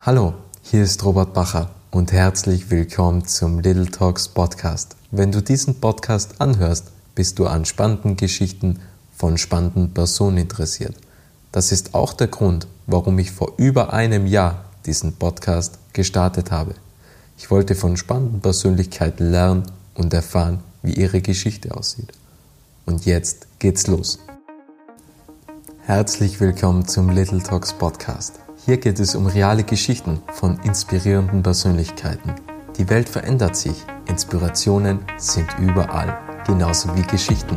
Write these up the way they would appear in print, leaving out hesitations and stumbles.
Hallo, hier ist Robert Bacher und herzlich willkommen zum Little Talks Podcast. Wenn du diesen Podcast anhörst, bist du an spannenden Geschichten von spannenden Personen interessiert. Das ist auch der Grund, warum ich vor über einem Jahr diesen Podcast gestartet habe. Ich wollte von spannenden Persönlichkeiten lernen und erfahren, wie ihre Geschichte aussieht. Und jetzt geht's los. Herzlich willkommen zum Little Talks Podcast. Hier geht es um reale Geschichten von inspirierenden Persönlichkeiten. Die Welt verändert sich, Inspirationen sind überall, genauso wie Geschichten.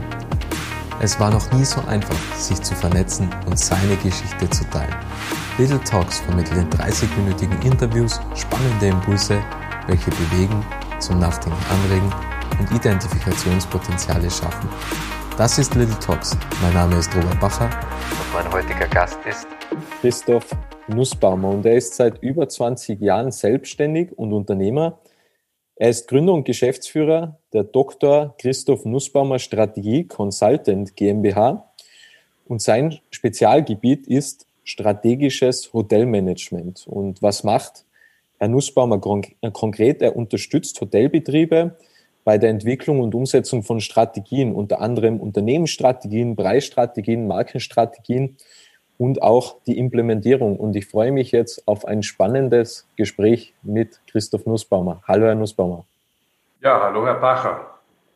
Es war noch nie so einfach, sich zu vernetzen und seine Geschichte zu teilen. Little Talks vermitteln in 30-minütigen Interviews spannende Impulse, welche bewegen, zum Nachdenken anregen und Identifikationspotenziale schaffen. Das ist Little Talks. Mein Name ist Robert Bacher und mein heutiger Gast ist Christoph Nussbaumer, und er ist seit über 20 Jahren selbstständig und Unternehmer. Er ist Gründer und Geschäftsführer der Dr. Christoph Nussbaumer Strategie Consultant GmbH und sein Spezialgebiet ist strategisches Hotelmanagement. Und was macht Herr Nussbaumer konkret? Er unterstützt Hotelbetriebe bei der Entwicklung und Umsetzung von Strategien, unter anderem Unternehmensstrategien, Preisstrategien, Markenstrategien und auch die Implementierung. Und ich freue mich jetzt auf ein spannendes Gespräch mit Christoph Nussbaumer. Hallo, Herr Nussbaumer. Ja, hallo, Herr Bacher.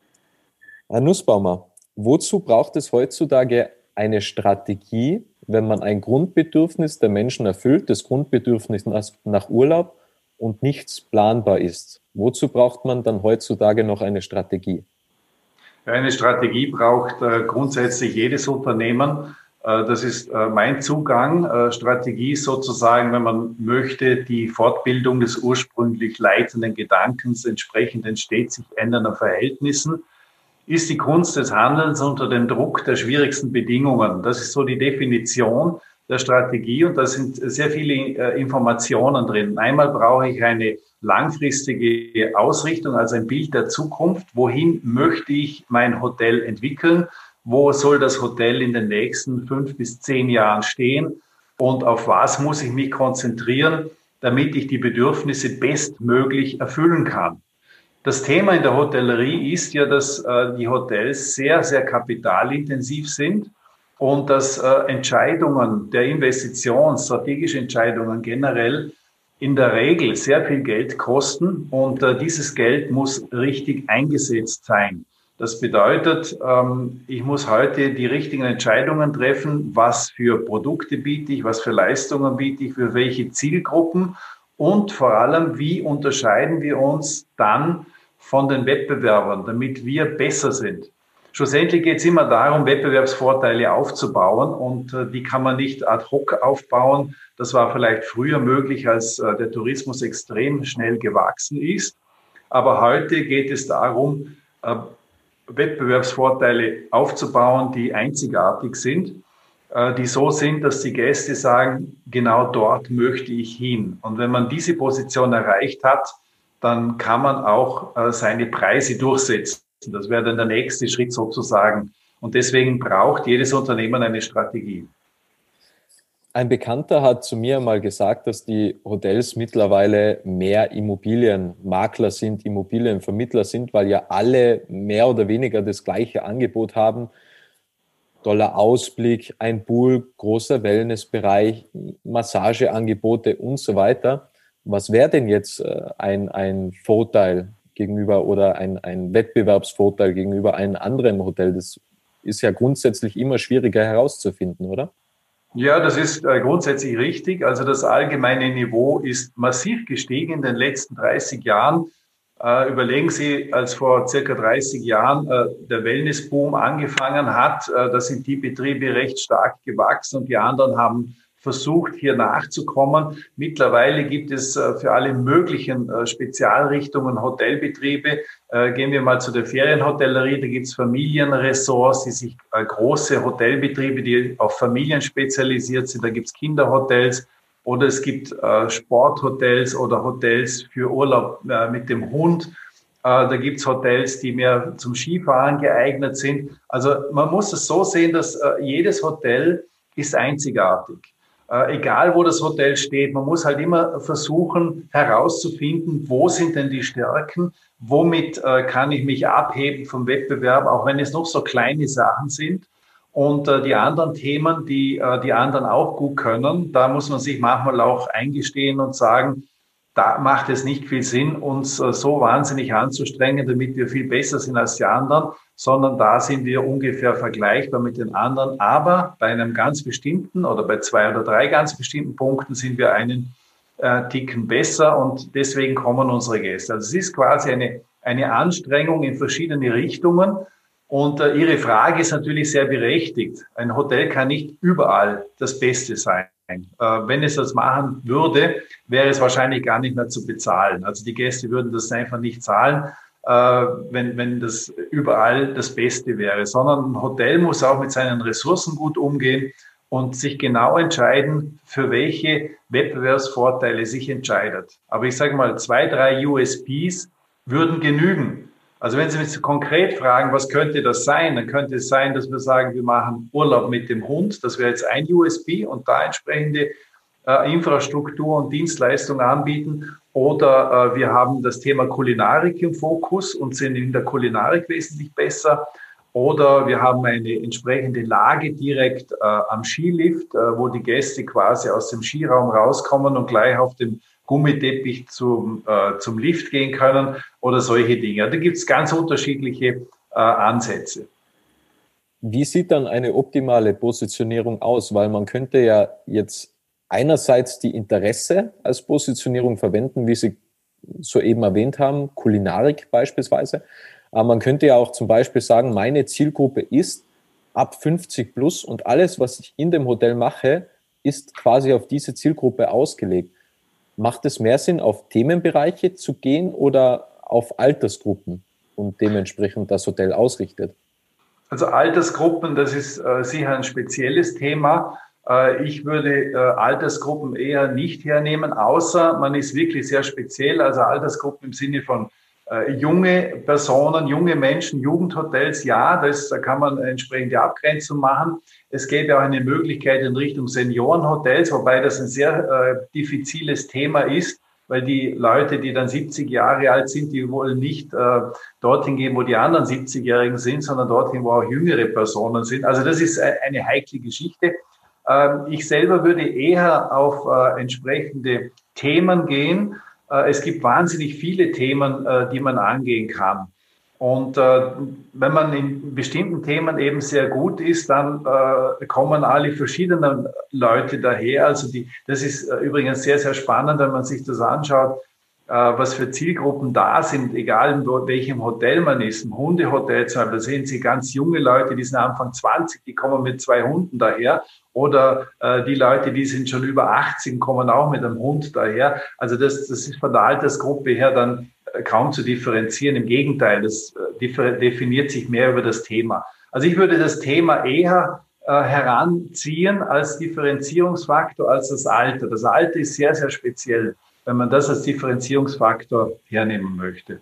Herr Nussbaumer, wozu braucht es heutzutage eine Strategie, wenn man ein Grundbedürfnis der Menschen erfüllt, das Grundbedürfnis nach Urlaub, und nichts planbar ist? Wozu braucht man dann heutzutage noch eine Strategie? Eine Strategie braucht grundsätzlich jedes Unternehmen. Das ist mein Zugang. Strategie ist sozusagen, wenn man möchte, die Fortbildung des ursprünglich leitenden Gedankens entsprechend den stetig sich ändernden Verhältnissen, ist die Kunst des Handelns unter dem Druck der schwierigsten Bedingungen. Das ist so die Definition der Strategie, und da sind sehr viele Informationen drin. Einmal brauche ich eine langfristige Ausrichtung, also ein Bild der Zukunft. Wohin möchte ich mein Hotel entwickeln? Wo soll das Hotel in den nächsten 5 bis 10 Jahren stehen? Und auf was muss ich mich konzentrieren, damit ich die Bedürfnisse bestmöglich erfüllen kann? Das Thema in der Hotellerie ist ja, dass die Hotels sehr, sehr kapitalintensiv sind und dass Entscheidungen der Investition, strategische Entscheidungen generell in der Regel sehr viel Geld kosten, und dieses Geld muss richtig eingesetzt sein. Das bedeutet, ich muss heute die richtigen Entscheidungen treffen, was für Produkte biete ich, was für Leistungen biete ich, für welche Zielgruppen, und vor allem, wie unterscheiden wir uns dann von den Wettbewerbern, damit wir besser sind. Schlussendlich geht es immer darum, Wettbewerbsvorteile aufzubauen, und die kann man nicht ad hoc aufbauen. Das war vielleicht früher möglich, als der Tourismus extrem schnell gewachsen ist. Aber heute geht es darum, Wettbewerbsvorteile aufzubauen, die einzigartig sind, die so sind, dass die Gäste sagen, genau dort möchte ich hin. Und wenn man diese Position erreicht hat, dann kann man auch seine Preise durchsetzen. Das wäre dann der nächste Schritt sozusagen. Und deswegen braucht jedes Unternehmen eine Strategie. Ein Bekannter hat zu mir mal gesagt, dass die Hotels mittlerweile mehr Immobilienmakler sind, Immobilienvermittler sind, weil ja alle mehr oder weniger das gleiche Angebot haben. Toller Ausblick, ein Pool, großer Wellnessbereich, Massageangebote und so weiter. Was wäre denn jetzt ein Vorteil gegenüber oder ein Wettbewerbsvorteil gegenüber einem anderen Hotel? Das ist ja grundsätzlich immer schwieriger herauszufinden, oder? Ja, das ist grundsätzlich richtig. Also das allgemeine Niveau ist massiv gestiegen in den letzten 30 Jahren. Überlegen Sie, als vor circa 30 Jahren der Wellnessboom angefangen hat, da sind die Betriebe recht stark gewachsen und die anderen haben versucht, hier nachzukommen. Mittlerweile gibt es für alle möglichen Spezialrichtungen Hotelbetriebe. Gehen wir mal zu der Ferienhotellerie. Da gibt es Familienressorts, die sich große Hotelbetriebe, die auf Familien spezialisiert sind. Da gibt es Kinderhotels oder es gibt Sporthotels oder Hotels für Urlaub mit dem Hund. Da gibt es Hotels, die mehr zum Skifahren geeignet sind. Also man muss es so sehen, dass jedes Hotel ist einzigartig. Egal, wo das Hotel steht, man muss halt immer versuchen herauszufinden, wo sind denn die Stärken, womit kann ich mich abheben vom Wettbewerb, auch wenn es noch so kleine Sachen sind. Und die anderen Themen, die anderen auch gut können, da muss man sich manchmal auch eingestehen und sagen, da macht es nicht viel Sinn, uns so wahnsinnig anzustrengen, damit wir viel besser sind als die anderen, sondern da sind wir ungefähr vergleichbar mit den anderen. Aber bei einem ganz bestimmten oder bei 2 oder 3 ganz bestimmten Punkten sind wir einen Ticken besser und deswegen kommen unsere Gäste. Also es ist quasi eine Anstrengung in verschiedene Richtungen. Und Ihre Frage ist natürlich sehr berechtigt. Ein Hotel kann nicht überall das Beste sein. Wenn es das machen würde, wäre es wahrscheinlich gar nicht mehr zu bezahlen. Also die Gäste würden das einfach nicht zahlen, wenn das überall das Beste wäre, sondern ein Hotel muss auch mit seinen Ressourcen gut umgehen und sich genau entscheiden, für welche Wettbewerbsvorteile sich entscheidet. Aber ich sage mal, 2, 3 USPs würden genügen. Also wenn Sie mich konkret fragen, was könnte das sein, dann könnte es sein, dass wir sagen, wir machen Urlaub mit dem Hund. Das wäre jetzt ein USP und da entsprechende Infrastruktur und Dienstleistungen anbieten. Oder wir haben das Thema Kulinarik im Fokus und sind in der Kulinarik wesentlich besser. Oder wir haben eine entsprechende Lage direkt am Skilift, wo die Gäste quasi aus dem Skiraum rauskommen und gleich auf dem Gummiteppich zum Lift gehen können oder solche Dinge. Da gibt es ganz unterschiedliche Ansätze. Wie sieht dann eine optimale Positionierung aus? Weil man könnte ja jetzt einerseits die Interesse als Positionierung verwenden, wie Sie soeben erwähnt haben, Kulinarik beispielsweise. Aber man könnte ja auch zum Beispiel sagen, meine Zielgruppe ist ab 50 plus und alles, was ich in dem Hotel mache, ist quasi auf diese Zielgruppe ausgelegt. Macht es mehr Sinn, auf Themenbereiche zu gehen oder auf Altersgruppen und dementsprechend das Hotel ausrichtet? Also Altersgruppen, das ist sicher ein spezielles Thema. Ich würde Altersgruppen eher nicht hernehmen, außer man ist wirklich sehr speziell. Also Altersgruppen im Sinne von junge Personen, junge Menschen, Jugendhotels, ja, da kann man eine entsprechende Abgrenzung machen. Es gäbe auch eine Möglichkeit in Richtung Seniorenhotels, wobei das ein sehr diffiziles Thema ist, weil die Leute, die dann 70 Jahre alt sind, die wollen nicht dorthin gehen, wo die anderen 70-Jährigen sind, sondern dorthin, wo auch jüngere Personen sind. Also das ist eine heikle Geschichte. Ich selber würde eher auf entsprechende Themen gehen. Es gibt wahnsinnig viele Themen, die man angehen kann. Und wenn man in bestimmten Themen eben sehr gut ist, dann kommen alle verschiedenen Leute daher. Also das ist übrigens sehr, sehr spannend, wenn man sich das anschaut, was für Zielgruppen da sind, egal in welchem Hotel man ist. Im Hundehotel zum Beispiel, da sehen Sie ganz junge Leute, die sind Anfang 20, die kommen mit 2 Hunden daher. Oder die Leute, die sind schon über 80, kommen auch mit einem Hund daher. Also das ist von der Altersgruppe her dann kaum zu differenzieren. Im Gegenteil, das definiert sich mehr über das Thema. Also ich würde das Thema eher heranziehen als Differenzierungsfaktor als das Alter. Das Alter ist sehr, sehr speziell, wenn man das als Differenzierungsfaktor hernehmen möchte.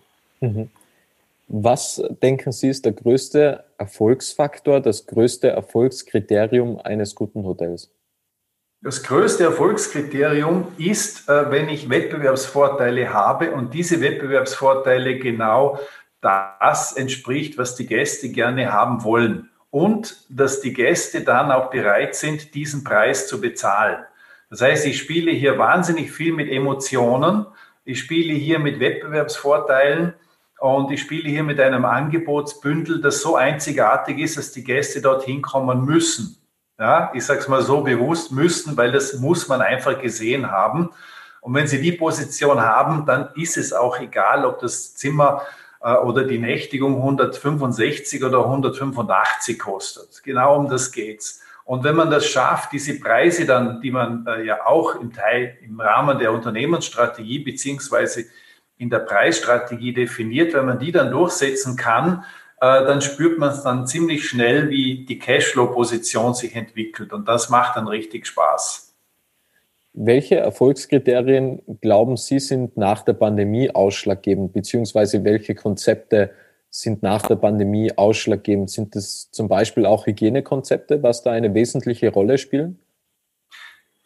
Was denken Sie ist der größte Erfolgsfaktor, das größte Erfolgskriterium eines guten Hotels? Das größte Erfolgskriterium ist, wenn ich Wettbewerbsvorteile habe und diese Wettbewerbsvorteile genau das entspricht, was die Gäste gerne haben wollen und dass die Gäste dann auch bereit sind, diesen Preis zu bezahlen. Das heißt, ich spiele hier wahnsinnig viel mit Emotionen, ich spiele hier mit Wettbewerbsvorteilen und ich spiele hier mit einem Angebotsbündel, das so einzigartig ist, dass die Gäste dorthin kommen müssen. Ja, ich sage es mal so bewusst müssen, weil das muss man einfach gesehen haben. Und wenn Sie die Position haben, dann ist es auch egal, ob das Zimmer oder die Nächtigung 165 oder 185 kostet. Genau um das geht's. Und wenn man das schafft, diese Preise dann, die man ja auch im Rahmen der Unternehmensstrategie beziehungsweise in der Preisstrategie definiert, wenn man die dann durchsetzen kann, dann spürt man es dann ziemlich schnell, wie die Cashflow-Position sich entwickelt. Und das macht dann richtig Spaß. Welche Erfolgskriterien, glauben Sie, sind nach der Pandemie ausschlaggebend, beziehungsweise welche Konzepte sind nach der Pandemie ausschlaggebend? Sind es zum Beispiel auch Hygienekonzepte, was da eine wesentliche Rolle spielen?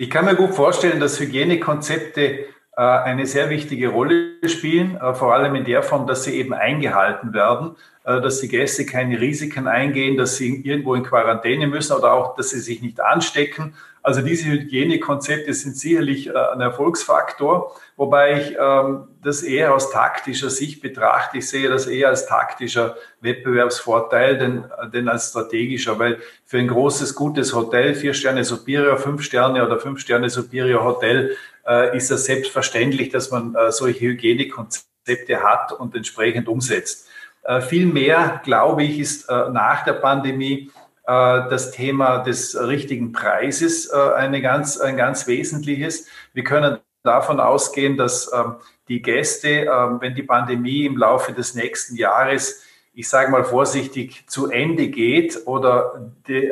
Ich kann mir gut vorstellen, dass Hygienekonzepte eine sehr wichtige Rolle spielen, vor allem in der Form, dass sie eben eingehalten werden, dass die Gäste keine Risiken eingehen, dass sie irgendwo in Quarantäne müssen oder auch, dass sie sich nicht anstecken. Also diese Hygienekonzepte sind sicherlich ein Erfolgsfaktor, wobei ich das eher aus taktischer Sicht betrachte. Ich sehe das eher als taktischer Wettbewerbsvorteil, denn als strategischer, weil für ein großes, gutes Hotel, 4 Sterne Superior, 5 Sterne oder 5 Sterne Superior Hotel, ist es selbstverständlich, dass man solche Hygienekonzepte hat und entsprechend umsetzt. Viel mehr, glaube ich, ist nach der Pandemie das Thema des richtigen Preises ein ganz wesentliches. Wir können davon ausgehen, dass die Gäste, wenn die Pandemie im Laufe des nächsten Jahres, ich sage mal vorsichtig, zu Ende geht oder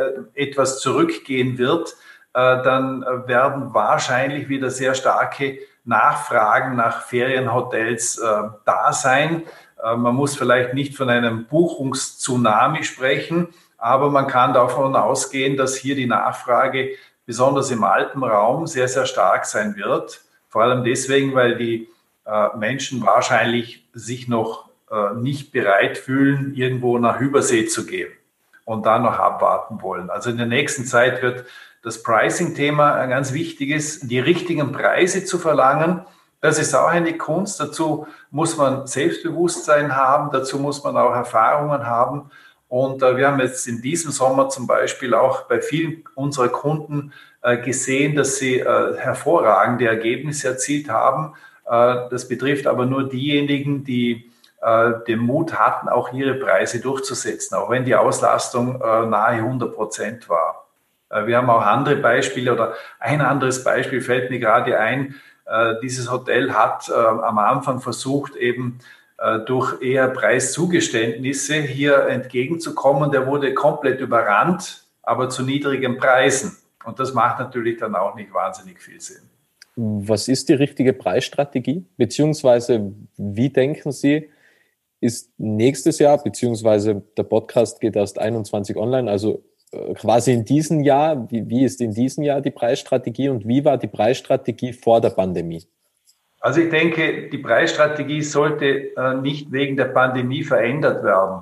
etwas zurückgehen wird, dann werden wahrscheinlich wieder sehr starke Nachfragen nach Ferienhotels da sein. Man muss vielleicht nicht von einem Buchungstsunami sprechen, aber man kann davon ausgehen, dass hier die Nachfrage besonders im Alpenraum sehr, sehr stark sein wird. Vor allem deswegen, weil die Menschen wahrscheinlich sich noch nicht bereit fühlen, irgendwo nach Übersee zu gehen und da noch abwarten wollen. Also in der nächsten Zeit wird das Pricing-Thema ein ganz wichtiges, die richtigen Preise zu verlangen. Das ist auch eine Kunst. Dazu muss man Selbstbewusstsein haben, dazu muss man auch Erfahrungen haben. Und wir haben jetzt in diesem Sommer zum Beispiel auch bei vielen unserer Kunden gesehen, dass sie hervorragende Ergebnisse erzielt haben. Das betrifft aber nur diejenigen, die den Mut hatten, auch ihre Preise durchzusetzen, auch wenn die Auslastung nahe 100% war. Wir haben auch andere Beispiele oder ein anderes Beispiel fällt mir gerade ein. Dieses Hotel hat am Anfang versucht, eben durch eher Preiszugeständnisse hier entgegenzukommen. Der wurde komplett überrannt, aber zu niedrigen Preisen. Und das macht natürlich dann auch nicht wahnsinnig viel Sinn. Was ist die richtige Preisstrategie? Beziehungsweise, wie denken Sie, ist nächstes Jahr, beziehungsweise der Podcast geht erst 21 online, also quasi in diesem Jahr, wie ist in diesem Jahr die Preisstrategie und wie war die Preisstrategie vor der Pandemie? Also ich denke, die Preisstrategie sollte nicht wegen der Pandemie verändert werden.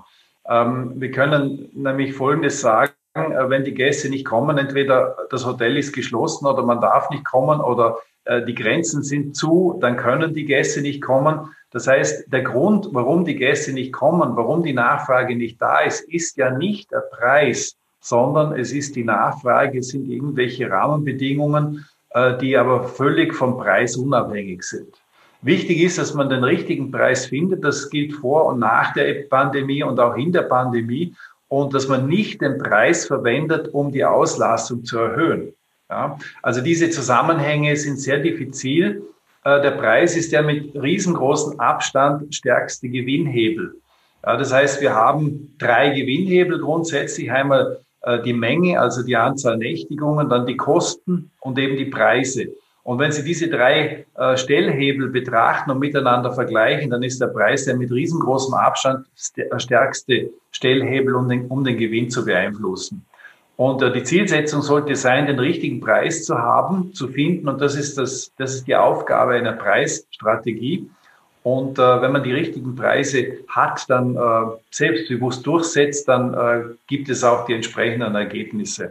Wir können nämlich Folgendes sagen, wenn die Gäste nicht kommen, entweder das Hotel ist geschlossen oder man darf nicht kommen oder die Grenzen sind zu, dann können die Gäste nicht kommen. Das heißt, der Grund, warum die Gäste nicht kommen, warum die Nachfrage nicht da ist ja nicht der Preis, sondern es ist die Nachfrage, es sind irgendwelche Rahmenbedingungen, die aber völlig vom Preis unabhängig sind. Wichtig ist, dass man den richtigen Preis findet. Das gilt vor und nach der Pandemie und auch in der Pandemie. Und dass man nicht den Preis verwendet, um die Auslastung zu erhöhen. Ja, also diese Zusammenhänge sind sehr diffizil. Der Preis ist der mit riesengroßem Abstand stärkste Gewinnhebel. Ja, das heißt, wir haben 3 Gewinnhebel grundsätzlich. Einmal die Menge, also die Anzahl Nächtigungen, dann die Kosten und eben die Preise. Und wenn Sie diese 3 Stellhebel betrachten und miteinander vergleichen, dann ist der Preis der mit riesengroßem Abstand der stärkste Stellhebel, um den Gewinn zu beeinflussen. Und die Zielsetzung sollte sein, den richtigen Preis zu haben, zu finden. Und das ist die Aufgabe einer Preisstrategie. Und wenn man die richtigen Preise hat, dann selbstbewusst durchsetzt, dann gibt es auch die entsprechenden Ergebnisse.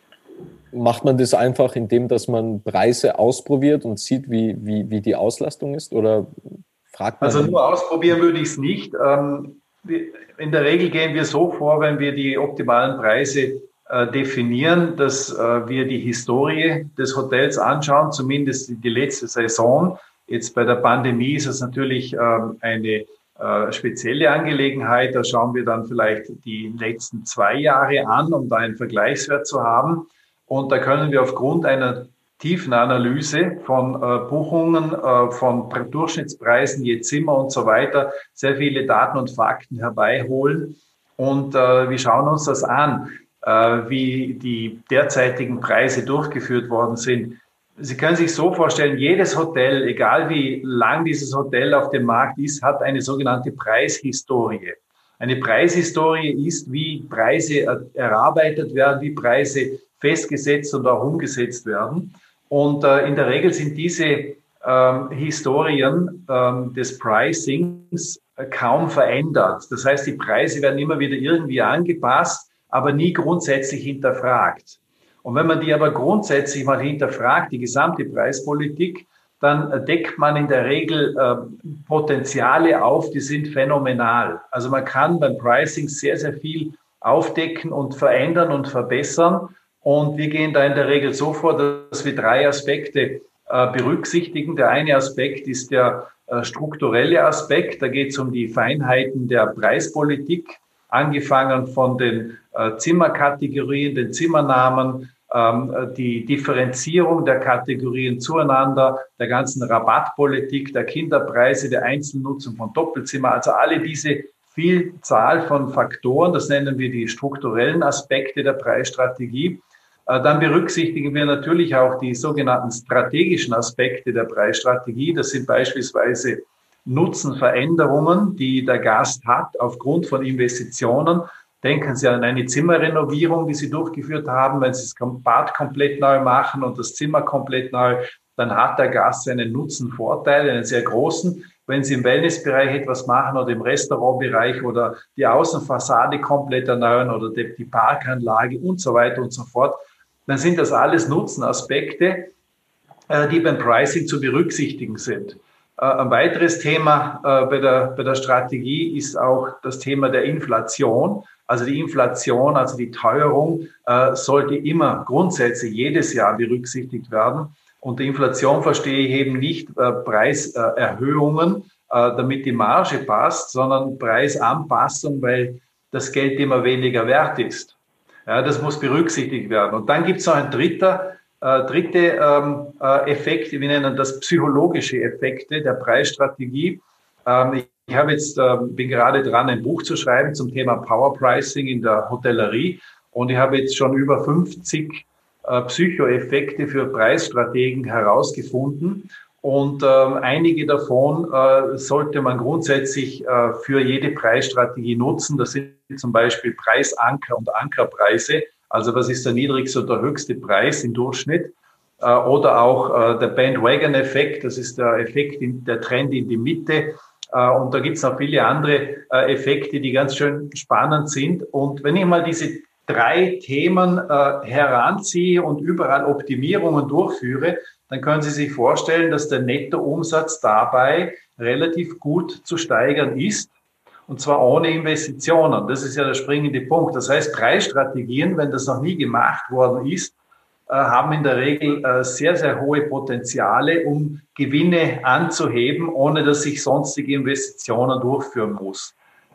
Macht man das einfach, indem dass man Preise ausprobiert und sieht, wie die Auslastung ist? Oder fragt man? Also nur ausprobieren würde ich es nicht. In der Regel gehen wir so vor, wenn wir die optimalen Preise definieren, dass wir die Historie des Hotels anschauen, zumindest die letzte Saison. Jetzt bei der Pandemie ist es natürlich eine spezielle Angelegenheit. Da schauen wir dann vielleicht die letzten 2 Jahre an, um da einen Vergleichswert zu haben. Und da können wir aufgrund einer tiefen Analyse von Buchungen, von Durchschnittspreisen je Zimmer und so weiter sehr viele Daten und Fakten herbeiholen. Und wir schauen uns das an, wie die derzeitigen Preise durchgeführt worden sind. Sie können sich so vorstellen, jedes Hotel, egal wie lang dieses Hotel auf dem Markt ist, hat eine sogenannte Preishistorie. Eine Preishistorie ist, wie Preise erarbeitet werden, wie Preise festgesetzt und auch umgesetzt werden. Und in der Regel sind diese Historien des Pricings kaum verändert. Das heißt, die Preise werden immer wieder irgendwie angepasst, aber nie grundsätzlich hinterfragt. Und wenn man die aber grundsätzlich mal hinterfragt, die gesamte Preispolitik, dann deckt man in der Regel Potenziale auf, die sind phänomenal. Also man kann beim Pricing sehr, sehr viel aufdecken und verändern und verbessern. Und wir gehen da in der Regel so vor, dass wir 3 Aspekte berücksichtigen. Der eine Aspekt ist der strukturelle Aspekt. Da geht es um die Feinheiten der Preispolitik, angefangen von den Zimmerkategorien, den Zimmernamen, die Differenzierung der Kategorien zueinander, der ganzen Rabattpolitik, der Kinderpreise, der Einzelnutzung von Doppelzimmer. Also alle diese Vielzahl von Faktoren, das nennen wir die strukturellen Aspekte der Preisstrategie. Dann berücksichtigen wir natürlich auch die sogenannten strategischen Aspekte der Preisstrategie. Das sind beispielsweise Nutzenveränderungen, die der Gast hat aufgrund von Investitionen. Denken Sie an eine Zimmerrenovierung, die Sie durchgeführt haben. Wenn Sie das Bad komplett neu machen und das Zimmer komplett neu, dann hat der Gast einen Nutzenvorteil, einen sehr großen. Wenn Sie im Wellnessbereich etwas machen oder im Restaurantbereich oder die Außenfassade komplett erneuern oder die Parkanlage und so weiter und so fort, dann sind das alles Nutzenaspekte, die beim Pricing zu berücksichtigen sind. Ein weiteres Thema bei der Strategie ist auch das Thema der Inflation. Also die Inflation, also die Teuerung, sollte immer grundsätzlich jedes Jahr berücksichtigt werden. Unter Inflation verstehe ich eben nicht Preiserhöhungen, damit die Marge passt, sondern Preisanpassung, weil das Geld immer weniger wert ist. Ja, das muss berücksichtigt werden. Und dann gibt es noch ein dritte Effekt, wir nennen das psychologische Effekte der Preisstrategie. Ich bin gerade dran, ein Buch zu schreiben zum Thema Power Pricing in der Hotellerie. Und ich habe jetzt schon über 50 Psychoeffekte für Preisstrategen herausgefunden. Und einige davon sollte man grundsätzlich für jede Preisstrategie nutzen. Das sind zum Beispiel Preisanker und Ankerpreise. Also was ist der niedrigste oder höchste Preis im Durchschnitt? Oder auch der Bandwagon-Effekt, das ist der Effekt, der Trend in die Mitte. Und da gibt es noch viele andere Effekte, die ganz schön spannend sind. Und wenn ich mal diese 3 Themen heranziehe und überall Optimierungen durchführe, dann können Sie sich vorstellen, dass der Nettoumsatz dabei relativ gut zu steigern ist. Und zwar ohne Investitionen. Das ist ja der springende Punkt. Das heißt, Preisstrategien, wenn das noch nie gemacht worden ist, haben in der Regel sehr, sehr hohe Potenziale, um Gewinne anzuheben, ohne dass ich sonstige Investitionen durchführen muss.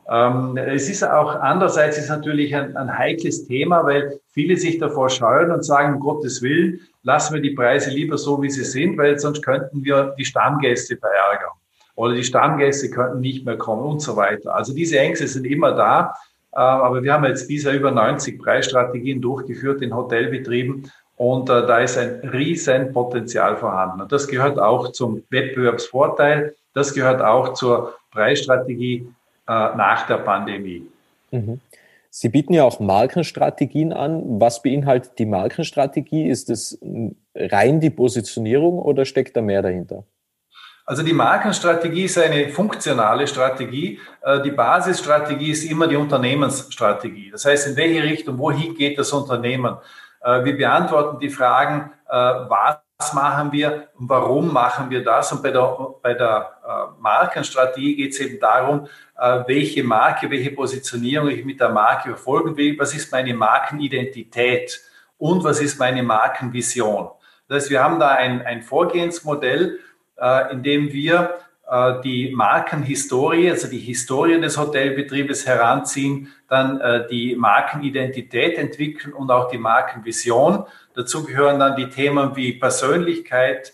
Es ist auch andererseits ist natürlich ein heikles Thema, weil viele sich davor scheuen und sagen, um Gottes Willen, lassen wir die Preise lieber so, wie sie sind, weil sonst könnten wir die Stammgäste verärgern. Oder die Stammgäste könnten nicht mehr kommen und so weiter. Also diese Ängste sind immer da. Aber wir haben jetzt bisher über 90 Preisstrategien durchgeführt in Hotelbetrieben. Und da ist ein riesen Potenzial vorhanden. Und das gehört auch zum Wettbewerbsvorteil. Das gehört auch zur Preisstrategie nach der Pandemie. Mhm. Sie bieten ja auch Markenstrategien an. Was beinhaltet die Markenstrategie? Ist es rein die Positionierung oder steckt da mehr dahinter? Also die Markenstrategie ist eine funktionale Strategie. Die Basisstrategie ist immer die Unternehmensstrategie. Das heißt, in welche Richtung, wohin geht das Unternehmen? Wir beantworten die Fragen, was machen wir und warum machen wir das? Und bei der Markenstrategie geht es eben darum, welche Marke, welche Positionierung ich mit der Marke verfolgen will. Was ist meine Markenidentität und was ist meine Markenvision? Das heißt, wir haben da ein Vorgehensmodell, in dem wir die Markenhistorie, also die Historie des Hotelbetriebes heranziehen, dann die Markenidentität entwickeln und auch die Markenvision. Dazu gehören dann die Themen wie Persönlichkeit,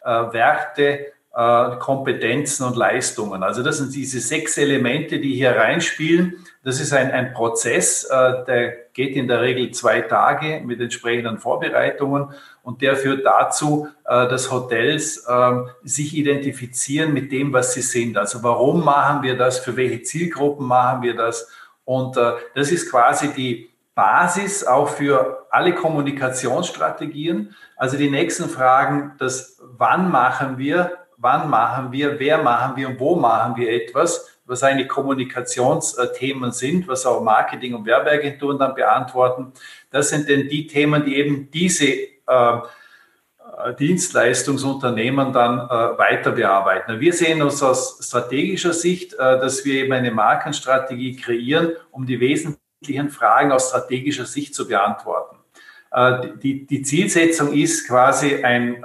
Werte, Kompetenzen und Leistungen. Also das sind diese 6 Elemente, die hier reinspielen. Das ist ein Prozess, der geht in der Regel 2 Tage mit entsprechenden Vorbereitungen und der führt dazu, dass Hotels sich identifizieren mit dem, was sie sind. Also warum machen wir das, für welche Zielgruppen machen wir das? Und das ist quasi Basis auch für alle Kommunikationsstrategien. Also die nächsten Fragen, das wann machen wir, wer machen wir und wo machen wir etwas, was eigentlich Kommunikationsthemen sind, was auch Marketing- und Werbeagenturen dann beantworten. Das sind denn die Themen, die eben diese Dienstleistungsunternehmen dann weiter bearbeiten. Wir sehen uns aus strategischer Sicht, dass wir eben eine Markenstrategie kreieren, um die wesentlichen Fragen aus strategischer Sicht zu beantworten. Die Zielsetzung ist quasi ein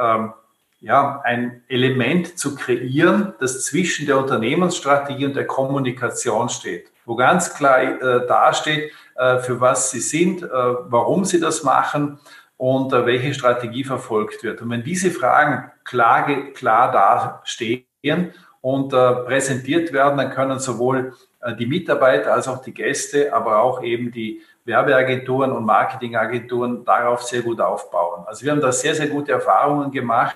Element zu kreieren, das zwischen der Unternehmensstrategie und der Kommunikation steht, wo ganz klar dasteht, für was sie sind, warum sie das machen und welche Strategie verfolgt wird. Und wenn diese Fragen klar dastehen und präsentiert werden, dann können sowohl die Mitarbeiter als auch die Gäste, aber auch eben die Werbeagenturen und Marketingagenturen darauf sehr gut aufbauen. Also wir haben da sehr, sehr gute Erfahrungen gemacht,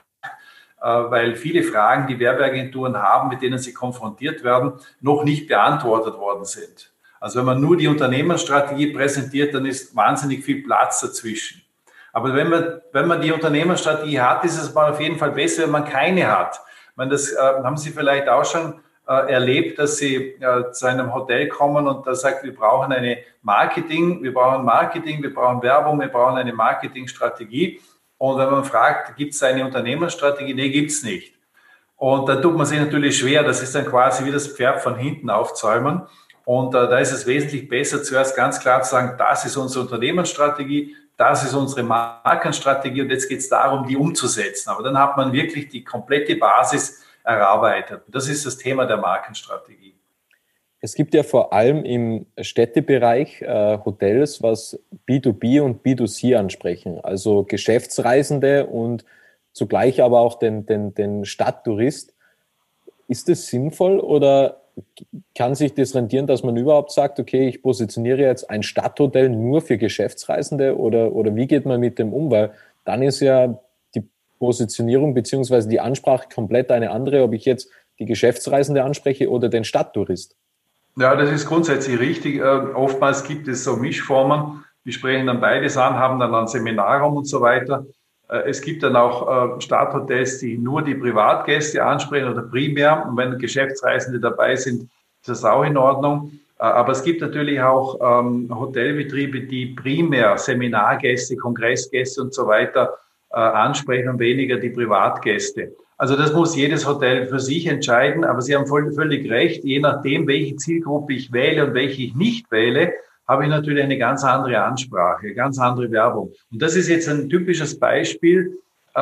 weil viele Fragen, die Werbeagenturen haben, mit denen sie konfrontiert werden, noch nicht beantwortet worden sind. Also wenn man nur die Unternehmensstrategie präsentiert, dann ist wahnsinnig viel Platz dazwischen. Aber wenn man die Unternehmensstrategie hat, ist es mal auf jeden Fall besser, wenn man keine hat. Das haben Sie vielleicht auch schon erlebt, dass Sie zu einem Hotel kommen und da sagt, wir brauchen Marketing, wir brauchen Werbung, wir brauchen eine Marketingstrategie. Und wenn man fragt, gibt es eine Unternehmensstrategie? Nee, gibt's nicht. Und da tut man sich natürlich schwer. Das ist dann quasi wie das Pferd von hinten aufzäumen. Und da ist es wesentlich besser, zuerst ganz klar zu sagen, das ist unsere Unternehmensstrategie, das ist unsere Markenstrategie und jetzt geht es darum, die umzusetzen. Aber dann hat man wirklich die komplette Basis erarbeitet. Das ist das Thema der Markenstrategie. Es gibt ja vor allem im Städtebereich Hotels, was B2B und B2C ansprechen, also Geschäftsreisende und zugleich aber auch den Stadttourist. Ist das sinnvoll oder kann sich das rentieren, dass man überhaupt sagt, okay, ich positioniere jetzt ein Stadthotel nur für Geschäftsreisende oder wie geht man mit dem um? Weil dann ist ja die Positionierung beziehungsweise die Ansprache komplett eine andere, ob ich jetzt die Geschäftsreisende anspreche oder den Stadttourist. Ja, das ist grundsätzlich richtig. Oftmals gibt es so Mischformen, die sprechen dann beides an, haben dann einen Seminarraum und so weiter. Es gibt dann auch Stadthotels, die nur die Privatgäste ansprechen oder primär. Und wenn Geschäftsreisende dabei sind, ist das auch in Ordnung. Aber es gibt natürlich auch Hotelbetriebe, die primär Seminargäste, Kongressgäste und so weiter ansprechen und weniger die Privatgäste. Also das muss jedes Hotel für sich entscheiden. Aber Sie haben völlig recht. Je nachdem, welche Zielgruppe ich wähle und welche ich nicht wähle, habe ich natürlich eine ganz andere Ansprache, ganz andere Werbung. Und das ist jetzt ein typisches Beispiel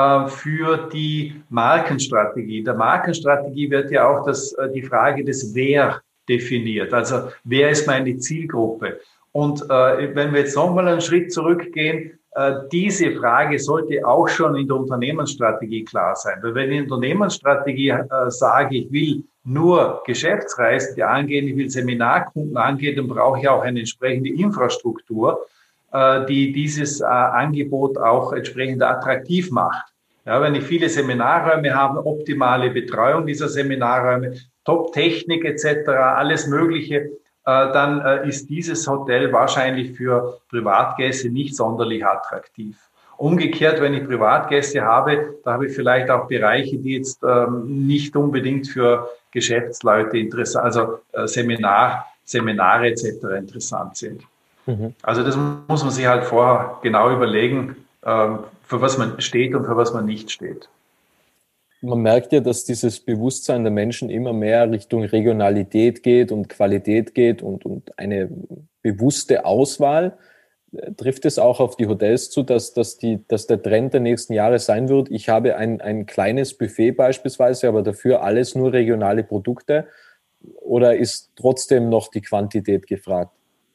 für die Markenstrategie. Der Markenstrategie wird ja auch die Frage des Wer definiert. Also wer ist meine Zielgruppe? Und wenn wir jetzt nochmal einen Schritt zurückgehen, diese Frage sollte auch schon in der Unternehmensstrategie klar sein. Weil wenn ich in der Unternehmensstrategie sage, ich will nur Geschäftsreisende angehen, ich will Seminarkunden angehen, dann brauche ich auch eine entsprechende Infrastruktur, die dieses Angebot auch entsprechend attraktiv macht. Ja, wenn ich viele Seminarräume habe, optimale Betreuung dieser Seminarräume, Top-Technik etc., alles Mögliche, dann ist dieses Hotel wahrscheinlich für Privatgäste nicht sonderlich attraktiv. Umgekehrt, wenn ich Privatgäste habe, da habe ich vielleicht auch Bereiche, die jetzt nicht unbedingt für Geschäftsleute interessant, also Seminare etc. interessant sind. Mhm. Also das muss man sich halt vorher genau überlegen, für was man steht und für was man nicht steht. Man merkt ja, dass dieses Bewusstsein der Menschen immer mehr Richtung Regionalität geht und Qualität geht und eine bewusste Auswahl. Trifft es auch auf die Hotels zu, dass der Trend der nächsten Jahre sein wird? Ich habe ein kleines Buffet beispielsweise, aber dafür alles nur regionale Produkte. Oder ist trotzdem noch die Quantität gefragt?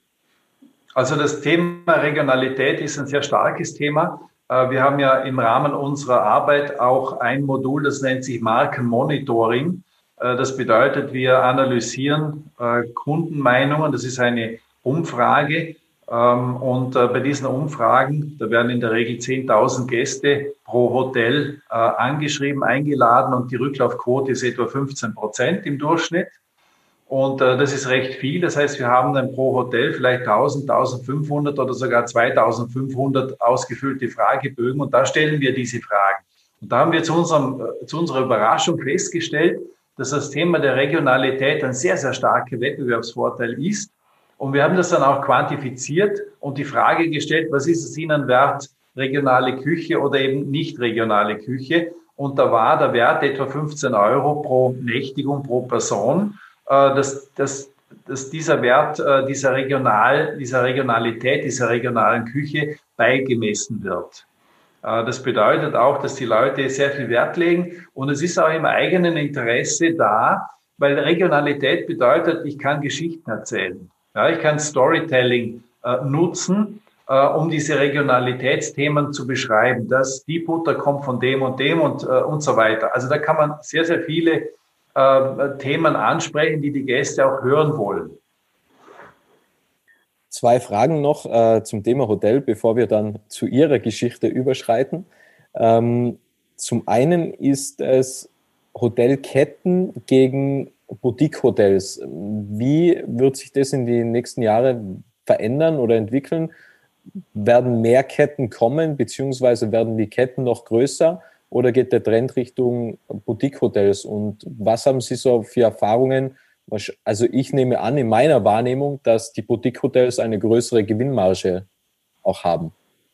Also das Thema Regionalität ist ein sehr starkes Thema. Wir haben ja im Rahmen unserer Arbeit auch ein Modul, das nennt sich Markenmonitoring. Das bedeutet, wir analysieren Kundenmeinungen. Das ist eine Umfrage. Und bei diesen Umfragen, da werden in der Regel 10.000 Gäste pro Hotel angeschrieben, eingeladen und die Rücklaufquote ist etwa 15% im Durchschnitt. Und das ist recht viel. Das heißt, wir haben dann pro Hotel vielleicht 1000, 1500 oder sogar 2500 ausgefüllte Fragebögen. Und da stellen wir diese Fragen. Und da haben wir zu unserer Überraschung festgestellt, dass das Thema der Regionalität ein sehr, sehr starker Wettbewerbsvorteil ist. Und wir haben das dann auch quantifiziert und die Frage gestellt, was ist es Ihnen wert, regionale Küche oder eben nicht regionale Küche? Und da war der Wert etwa 15 Euro pro Nächtigung pro Person, dass dieser Wert dieser Regionalität, dieser regionalen Küche beigemessen wird. Das bedeutet auch, dass die Leute sehr viel Wert legen und es ist auch im eigenen Interesse da, weil Regionalität bedeutet, ich kann Geschichten erzählen. Ja, ich kann Storytelling nutzen, um diese Regionalitätsthemen zu beschreiben. Die Butter kommt von dem und so weiter. Also da kann man sehr, sehr viele Themen ansprechen, die die Gäste auch hören wollen. 2 Fragen noch zum Thema Hotel, bevor wir dann zu Ihrer Geschichte überschreiten. Zum einen ist es Hotelketten gegen Boutique-Hotels. Wie wird sich das in die nächsten Jahre verändern oder entwickeln? Werden mehr Ketten kommen, beziehungsweise werden die Ketten noch größer oder geht der Trend Richtung Boutique-Hotels? Und was haben Sie so für Erfahrungen? Also ich nehme an, in meiner Wahrnehmung, dass die Boutique-Hotels eine größere Gewinnmarge auch haben.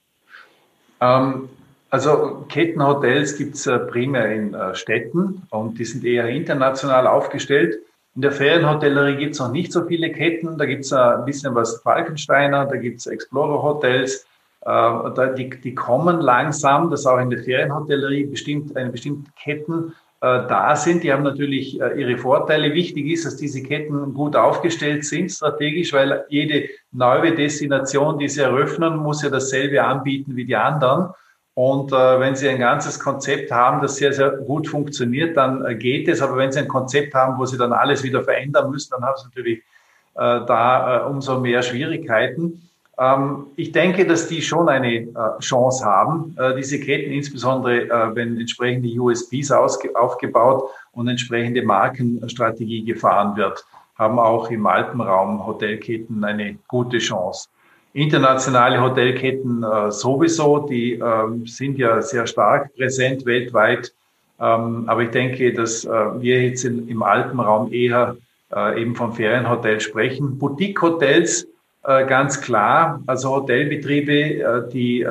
Also Kettenhotels gibt es primär in Städten und die sind eher international aufgestellt. In der Ferienhotellerie gibt es noch nicht so viele Ketten. Da gibt es ein bisschen was Falkensteiner, da gibt es Explorer-Hotels. Die kommen langsam, dass auch in der Ferienhotellerie bestimmte Ketten da sind. Die haben natürlich ihre Vorteile. Wichtig ist, dass diese Ketten gut aufgestellt sind, strategisch, weil jede neue Destination, die sie eröffnen, muss ja dasselbe anbieten wie die anderen. Und wenn Sie ein ganzes Konzept haben, das sehr, sehr gut funktioniert, dann geht es. Aber wenn Sie ein Konzept haben, wo Sie dann alles wieder verändern müssen, dann haben Sie natürlich umso mehr Schwierigkeiten. Ich denke, dass die schon eine Chance haben, diese Ketten, insbesondere wenn entsprechende USPs aufgebaut und entsprechende Markenstrategie gefahren wird, haben auch im Alpenraum Hotelketten eine gute Chance. Internationale Hotelketten sowieso, die sind ja sehr stark präsent weltweit. Aber ich denke, dass wir jetzt im Alpenraum eher eben von Ferienhotels sprechen. Boutique-Hotels, ganz klar, also Hotelbetriebe, die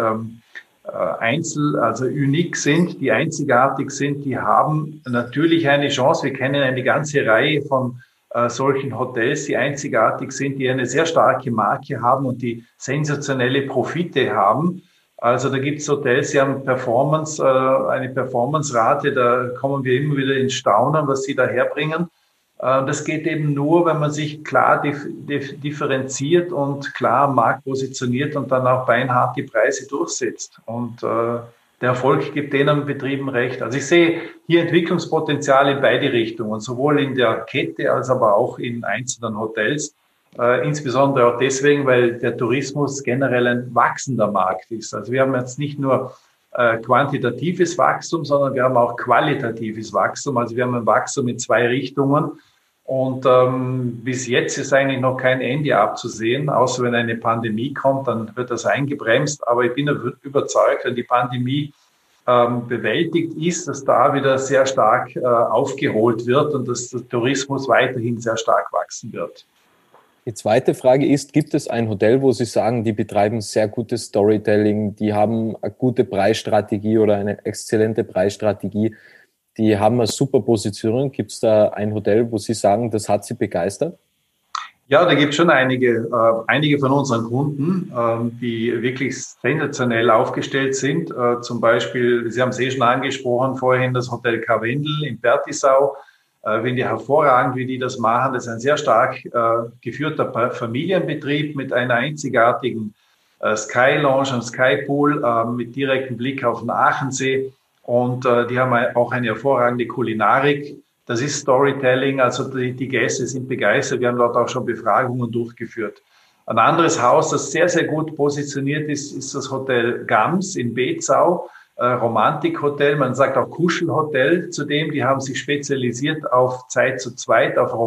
also unique sind, die einzigartig sind, die haben natürlich eine Chance. Wir kennen eine ganze Reihe von solchen Hotels, die einzigartig sind, die eine sehr starke Marke haben und die sensationelle Profite haben. Also da gibt es Hotels, die haben eine Performance-Rate, da kommen wir immer wieder ins Staunen, was sie da herbringen. Das geht eben nur, wenn man sich klar differenziert und klar am Markt positioniert und dann auch beinhart die Preise durchsetzt. Und der Erfolg gibt denen Betrieben recht. Also ich sehe hier Entwicklungspotenzial in beide Richtungen, sowohl in der Kette als aber auch in einzelnen Hotels. Insbesondere auch deswegen, weil der Tourismus generell ein wachsender Markt ist. Also wir haben jetzt nicht nur quantitatives Wachstum, sondern wir haben auch qualitatives Wachstum. Also wir haben ein Wachstum in 2 Richtungen. Und bis jetzt ist eigentlich noch kein Ende abzusehen, außer wenn eine Pandemie kommt, dann wird das eingebremst. Aber ich bin überzeugt, wenn die Pandemie bewältigt ist, dass da wieder sehr stark aufgeholt wird und dass der Tourismus weiterhin sehr stark wachsen wird. Die zweite Frage ist, gibt es ein Hotel, wo Sie sagen, die betreiben sehr gutes Storytelling, die haben eine gute Preisstrategie oder eine exzellente Preisstrategie, die haben eine super Positionierung. Gibt es da ein Hotel, wo Sie sagen, das hat Sie begeistert? Ja, da gibt es schon einige von unseren Kunden, die wirklich sensationell aufgestellt sind. Zum Beispiel, Sie haben es schon angesprochen vorhin, das Hotel Karwendel in Bertisau. Finde ich hervorragend, wie die das machen. Das ist ein sehr stark geführter Familienbetrieb mit einer einzigartigen Sky Lounge und Sky Pool mit direktem Blick auf den Aachensee. Und die haben auch eine hervorragende Kulinarik. Das ist Storytelling, also die Gäste sind begeistert. Wir haben dort auch schon Befragungen durchgeführt. Ein anderes Haus, das sehr, sehr gut positioniert ist, ist das Hotel Gams in Bezau. Romantikhotel, man sagt auch Kuschelhotel. Zudem, die haben sich spezialisiert auf Zeit zu zweit, auf Romantik.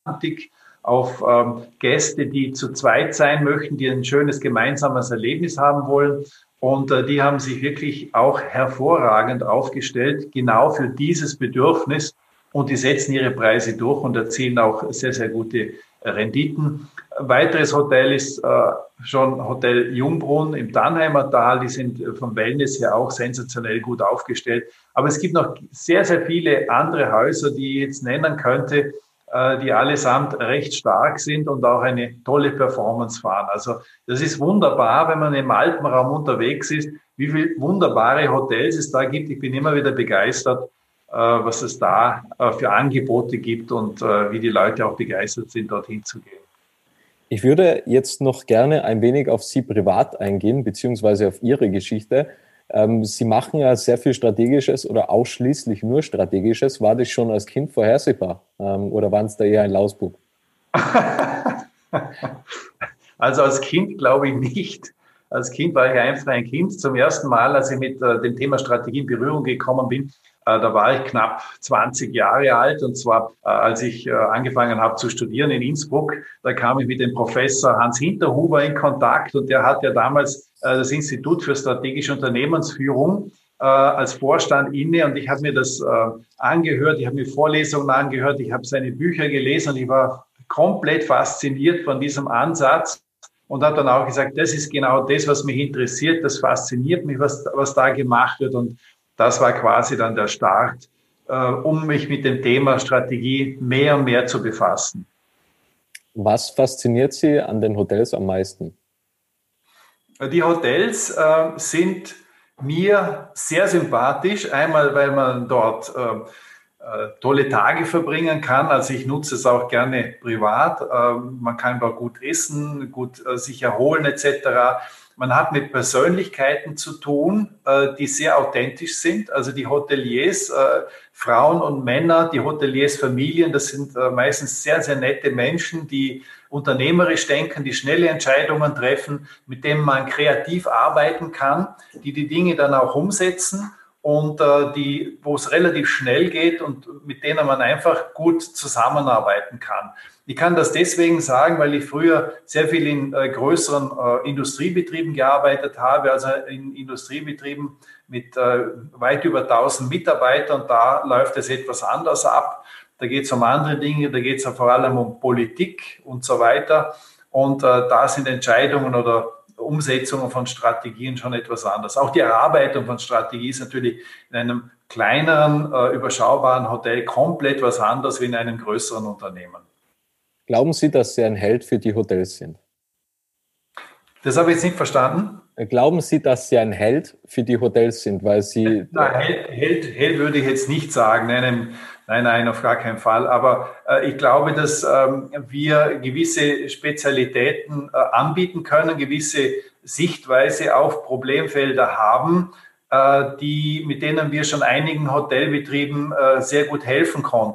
Romantik, auf Gäste, die zu zweit sein möchten, die ein schönes gemeinsames Erlebnis haben wollen. Und die haben sich wirklich auch hervorragend aufgestellt, genau für dieses Bedürfnis. Und die setzen ihre Preise durch und erzielen auch sehr, sehr gute Renditen. Ein weiteres Hotel ist schon Hotel Jungbrunn im Dannheimer Tal. Die sind vom Wellness her auch sensationell gut aufgestellt. Aber es gibt noch sehr, sehr viele andere Häuser, die ich jetzt nennen könnte, die allesamt recht stark sind und auch eine tolle Performance fahren. Also das ist wunderbar, wenn man im Alpenraum unterwegs ist, wie viele wunderbare Hotels es da gibt. Ich bin immer wieder begeistert, was es da für Angebote gibt und wie die Leute auch begeistert sind, dorthin zu gehen. Ich würde jetzt noch gerne ein wenig auf Sie privat eingehen, beziehungsweise auf Ihre Geschichte. Sie machen ja sehr viel Strategisches oder ausschließlich nur Strategisches. War das schon als Kind vorhersehbar oder waren es da eher ein Lausbub? Also als Kind glaube ich nicht. Als Kind war ich einfach ein Kind. Zum ersten Mal, als ich mit dem Thema Strategie in Berührung gekommen bin, da war ich knapp 20 Jahre alt, und zwar als ich angefangen habe zu studieren in Innsbruck. Da kam ich mit dem Professor Hans Hinterhuber in Kontakt, und der hat ja damals das Institut für strategische Unternehmensführung als Vorstand inne, und ich habe mir das angehört, ich habe mir Vorlesungen angehört, ich habe seine Bücher gelesen und ich war komplett fasziniert von diesem Ansatz und habe dann auch gesagt, das ist genau das, was mich interessiert, das fasziniert mich, was da gemacht wird, und das war quasi dann der Start, um mich mit dem Thema Strategie mehr und mehr zu befassen. Was fasziniert Sie an den Hotels am meisten? Die Hotels sind mir sehr sympathisch. Einmal, weil man dort tolle Tage verbringen kann. Also ich nutze es auch gerne privat. Man kann dort gut essen, gut sich erholen etc. Man hat mit Persönlichkeiten zu tun, die sehr authentisch sind. Also die Hoteliers, Frauen und Männer, die Hoteliers Familien, das sind meistens sehr, sehr nette Menschen, die unternehmerisch denken, die schnelle Entscheidungen treffen, mit denen man kreativ arbeiten kann, die Dinge dann auch umsetzen und wo es relativ schnell geht und mit denen man einfach gut zusammenarbeiten kann. Ich kann das deswegen sagen, weil ich früher sehr viel in größeren Industriebetrieben gearbeitet habe, also in Industriebetrieben mit weit über 1000 Mitarbeitern. Da läuft es etwas anders ab. Da geht es um andere Dinge, da geht es ja vor allem um Politik und so weiter. Und da sind Entscheidungen oder Umsetzungen von Strategien schon etwas anders. Auch die Erarbeitung von Strategie ist natürlich in einem kleineren, überschaubaren Hotel komplett was anderes wie in einem größeren Unternehmen. Glauben Sie, dass Sie ein Held für die Hotels sind? Das habe ich jetzt nicht verstanden. Glauben Sie, dass Sie ein Held für die Hotels sind, weil Sie... Nein, Held würde ich jetzt nicht sagen. Nein, auf gar keinen Fall. Aber ich glaube, dass wir gewisse Spezialitäten anbieten können, gewisse Sichtweise auf Problemfelder haben, mit denen wir schon einigen Hotelbetrieben sehr gut helfen konnten.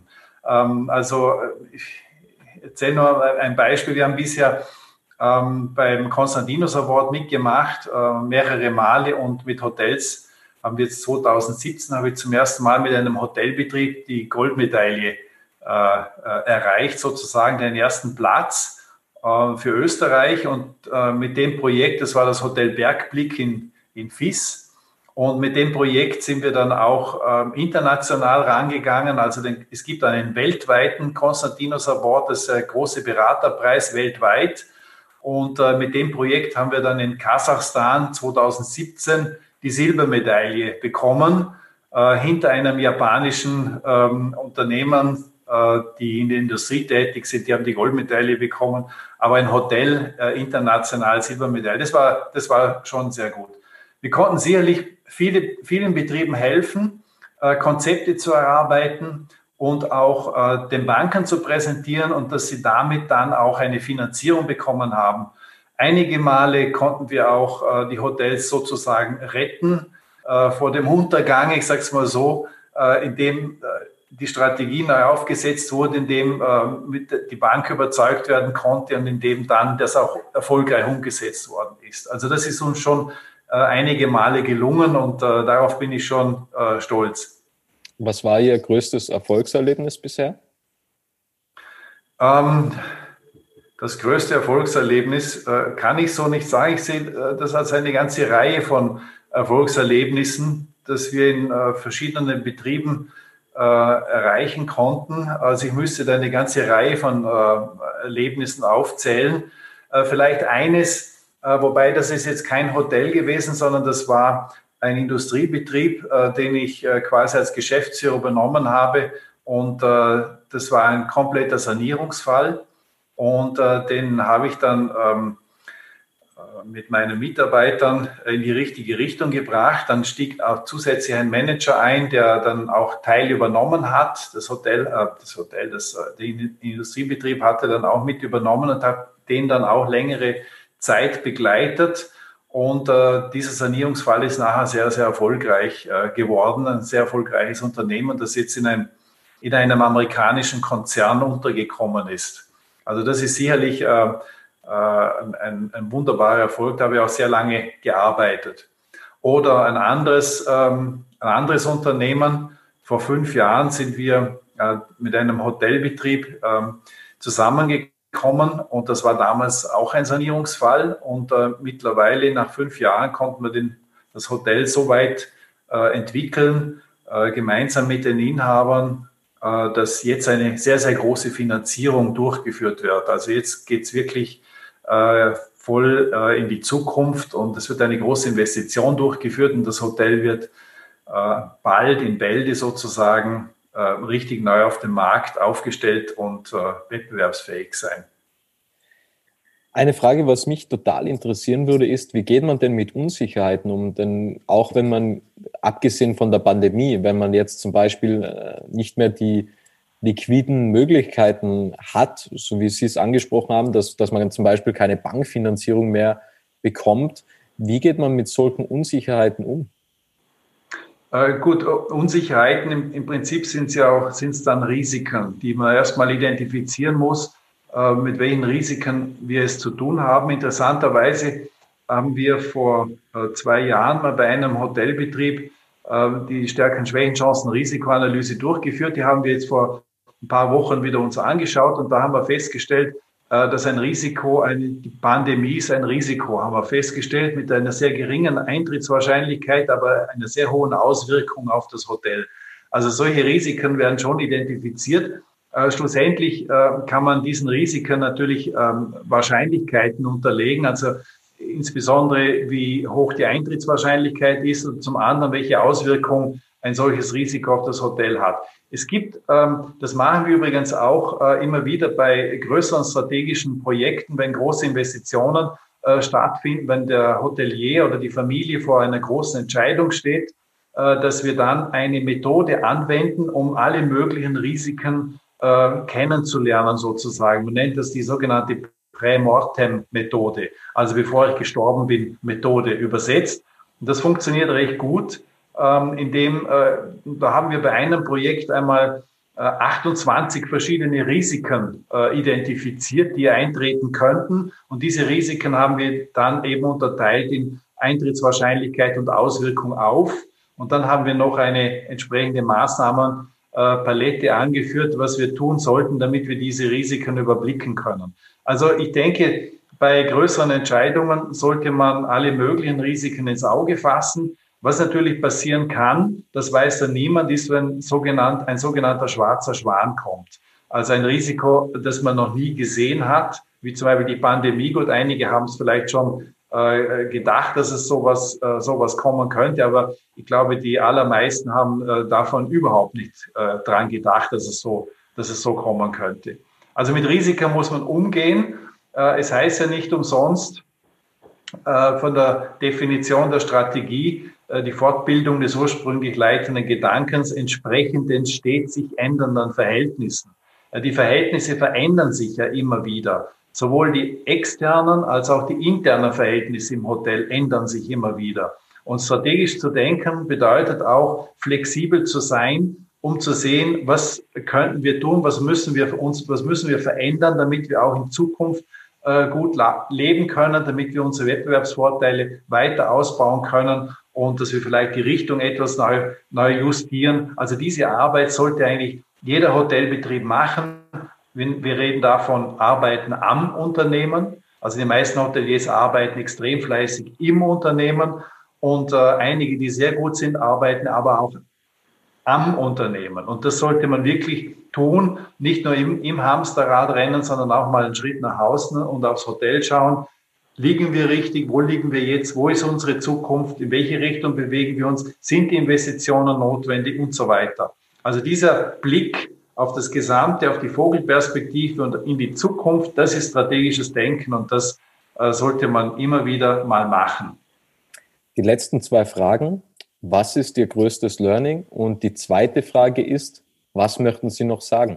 Ich erzähle nur ein Beispiel. Wir haben bisher beim Konstantinus Award mitgemacht, mehrere Male, und mit Hotels haben wir jetzt 2017 habe ich zum ersten Mal mit einem Hotelbetrieb die Goldmedaille erreicht, sozusagen den ersten Platz für Österreich, und mit dem Projekt, das war das Hotel Bergblick in Vis, und mit dem Projekt sind wir dann auch international rangegangen. Also es gibt einen weltweiten Konstantinus Award, das ist der große Beraterpreis weltweit. Und mit dem Projekt haben wir dann in Kasachstan 2017 die Silbermedaille bekommen, hinter einem japanischen Unternehmen, die in der Industrie tätig sind. Die haben die Goldmedaille bekommen, aber ein Hotel international Silbermedaille. Das war schon sehr gut. Wir konnten sicherlich vielen Betrieben helfen, Konzepte zu erarbeiten und auch den Banken zu präsentieren, und dass sie damit dann auch eine Finanzierung bekommen haben. Einige Male konnten wir auch die Hotels sozusagen retten vor dem Untergang, ich sage es mal so, indem die Strategie neu aufgesetzt wurde, indem die Bank überzeugt werden konnte und indem dann das auch erfolgreich umgesetzt worden ist. Also das ist uns schon einige Male gelungen, und darauf bin ich schon stolz. Was war Ihr größtes Erfolgserlebnis bisher? Das größte Erfolgserlebnis kann ich so nicht sagen. Ich sehe das als eine ganze Reihe von Erfolgserlebnissen, dass wir in verschiedenen Betrieben erreichen konnten. Also ich müsste da eine ganze Reihe von Erlebnissen aufzählen. Vielleicht eines, wobei das ist jetzt kein Hotel gewesen, sondern das war ein Industriebetrieb, den ich quasi als Geschäftsführer übernommen habe. Und das war ein kompletter Sanierungsfall. Und den habe ich dann mit meinen Mitarbeitern in die richtige Richtung gebracht. Dann stieg auch zusätzlich ein Manager ein, der dann auch Teil übernommen hat. Der Industriebetrieb hatte dann auch mit übernommen und hat den dann auch längere Zeit begleitet. Und dieser Sanierungsfall ist nachher sehr, sehr erfolgreich geworden. Ein sehr erfolgreiches Unternehmen, das jetzt in einem amerikanischen Konzern untergekommen ist. Also das ist sicherlich ein wunderbarer Erfolg, da habe ich auch sehr lange gearbeitet. Oder ein anderes Unternehmen. Vor 5 Jahren sind wir mit einem Hotelbetrieb zusammengekommen und das war damals auch ein Sanierungsfall. Und mittlerweile nach 5 Jahren konnten wir das Hotel so weit entwickeln, gemeinsam mit den Inhabern, dass jetzt eine sehr, sehr große Finanzierung durchgeführt wird. Also jetzt geht es wirklich voll in die Zukunft und es wird eine große Investition durchgeführt und das Hotel wird bald in Bälde sozusagen richtig neu auf dem Markt aufgestellt und wettbewerbsfähig sein. Eine Frage, was mich total interessieren würde, ist, wie geht man denn mit Unsicherheiten um? Denn auch wenn man, abgesehen von der Pandemie, wenn man jetzt zum Beispiel nicht mehr die liquiden Möglichkeiten hat, so wie Sie es angesprochen haben, dass man zum Beispiel keine Bankfinanzierung mehr bekommt, wie geht man mit solchen Unsicherheiten um? Gut, Unsicherheiten im Prinzip sind es dann Risiken, die man erstmal identifizieren muss, mit welchen Risiken wir es zu tun haben. Interessanterweise haben wir vor 2 Jahren mal bei einem Hotelbetrieb die Stärken, Schwächen, Chancen, Risikoanalyse durchgeführt. Die haben wir jetzt vor ein paar Wochen wieder uns angeschaut und da haben wir festgestellt, dass die Pandemie ist ein Risiko, haben wir festgestellt, mit einer sehr geringen Eintrittswahrscheinlichkeit, aber einer sehr hohen Auswirkung auf das Hotel. Also solche Risiken werden schon identifiziert. Schlussendlich kann man diesen Risiken natürlich Wahrscheinlichkeiten unterlegen, also insbesondere wie hoch die Eintrittswahrscheinlichkeit ist und zum anderen, welche Auswirkungen ein solches Risiko auf das Hotel hat. Es gibt, das machen wir übrigens auch immer wieder bei größeren strategischen Projekten, wenn große Investitionen stattfinden, wenn der Hotelier oder die Familie vor einer großen Entscheidung steht, dass wir dann eine Methode anwenden, um alle möglichen Risiken kennenzulernen sozusagen. Man nennt das die sogenannte Prä-Mortem-Methode, also bevor ich gestorben bin, Methode übersetzt. Und das funktioniert recht gut, da haben wir bei einem Projekt einmal 28 verschiedene Risiken identifiziert, die eintreten könnten. Und diese Risiken haben wir dann eben unterteilt in Eintrittswahrscheinlichkeit und Auswirkung auf. Und dann haben wir noch eine entsprechende Maßnahmenpalette angeführt, was wir tun sollten, damit wir diese Risiken überblicken können. Also ich denke, bei größeren Entscheidungen sollte man alle möglichen Risiken ins Auge fassen. Was natürlich passieren kann, das weiß dann niemand, ist, wenn ein sogenannter schwarzer Schwan kommt. Also ein Risiko, das man noch nie gesehen hat, wie zum Beispiel die Pandemie. Gut, einige haben es vielleicht schon gedacht, dass es sowas kommen könnte, aber ich glaube, die allermeisten haben davon überhaupt nicht dran gedacht, dass es so kommen könnte. Also mit Risiken muss man umgehen. Es heißt ja nicht umsonst von der Definition der Strategie, die Fortbildung des ursprünglich leitenden Gedankens entsprechend den stets sich ändernden Verhältnissen. Die Verhältnisse verändern sich ja immer wieder. Sowohl die externen als auch die internen Verhältnisse im Hotel ändern sich immer wieder. Und strategisch zu denken bedeutet auch, flexibel zu sein, um zu sehen, was könnten wir tun, was müssen wir verändern, damit wir auch in Zukunft gut leben können, damit wir unsere Wettbewerbsvorteile weiter ausbauen können und dass wir vielleicht die Richtung etwas neu justieren. Also diese Arbeit sollte eigentlich jeder Hotelbetrieb machen, Wir reden davon Arbeiten am Unternehmen. Also die meisten Hoteliers arbeiten extrem fleißig im Unternehmen und einige, die sehr gut sind, arbeiten aber auch am Unternehmen. Und das sollte man wirklich tun, nicht nur im Hamsterrad rennen, sondern auch mal einen Schritt nach außen und aufs Hotel schauen. Liegen wir richtig? Wo liegen wir jetzt? Wo ist unsere Zukunft? In welche Richtung bewegen wir uns? Sind die Investitionen notwendig und so weiter? Also dieser Blick auf das Gesamte, auf die Vogelperspektive und in die Zukunft, das ist strategisches Denken und das sollte man immer wieder mal machen. Die letzten 2 Fragen. Was ist Ihr größtes Learning? Und die zweite Frage ist, was möchten Sie noch sagen?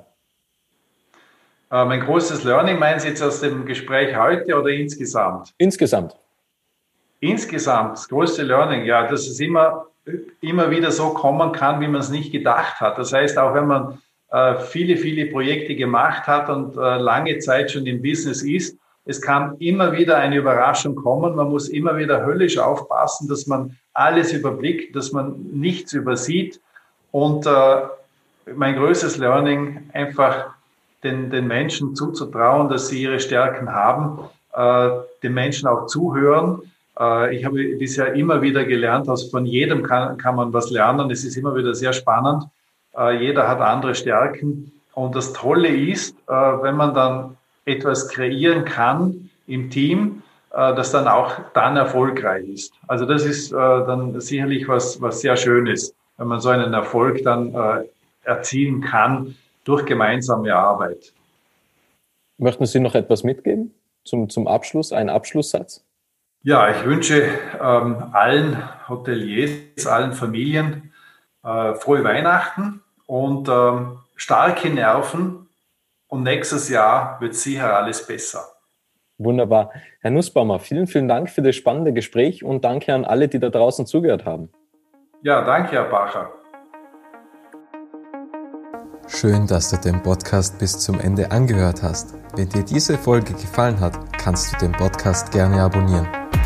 Mein größtes Learning, meinen Sie jetzt aus dem Gespräch heute oder insgesamt? Insgesamt. Insgesamt, das größte Learning, ja, dass es immer wieder so kommen kann, wie man es nicht gedacht hat. Das heißt, auch wenn man viele Projekte gemacht hat und lange Zeit schon im Business ist, es kann immer wieder eine Überraschung kommen. Man muss immer wieder höllisch aufpassen, dass man alles überblickt, dass man nichts übersieht. Und mein größtes Learning, einfach den Menschen zuzutrauen, dass sie ihre Stärken haben, den Menschen auch zuhören. Ich habe bisher immer wieder gelernt, dass von jedem kann man was lernen. Es ist immer wieder sehr spannend. Jeder hat andere Stärken. Und das Tolle ist, wenn man dann etwas kreieren kann im Team, das dann auch erfolgreich ist. Also das ist dann sicherlich was sehr Schönes, wenn man so einen Erfolg dann erzielen kann durch gemeinsame Arbeit. Möchten Sie noch etwas mitgeben zum Abschluss, einen Abschlusssatz? Ja, ich wünsche allen Hoteliers, allen Familien frohe Weihnachten und starke Nerven. Und nächstes Jahr wird sicher alles besser. Wunderbar. Herr Nussbaumer, vielen Dank für das spannende Gespräch und danke an alle, die da draußen zugehört haben. Ja, danke, Herr Bacher. Schön, dass du den Podcast bis zum Ende angehört hast. Wenn dir diese Folge gefallen hat, kannst du den Podcast gerne abonnieren.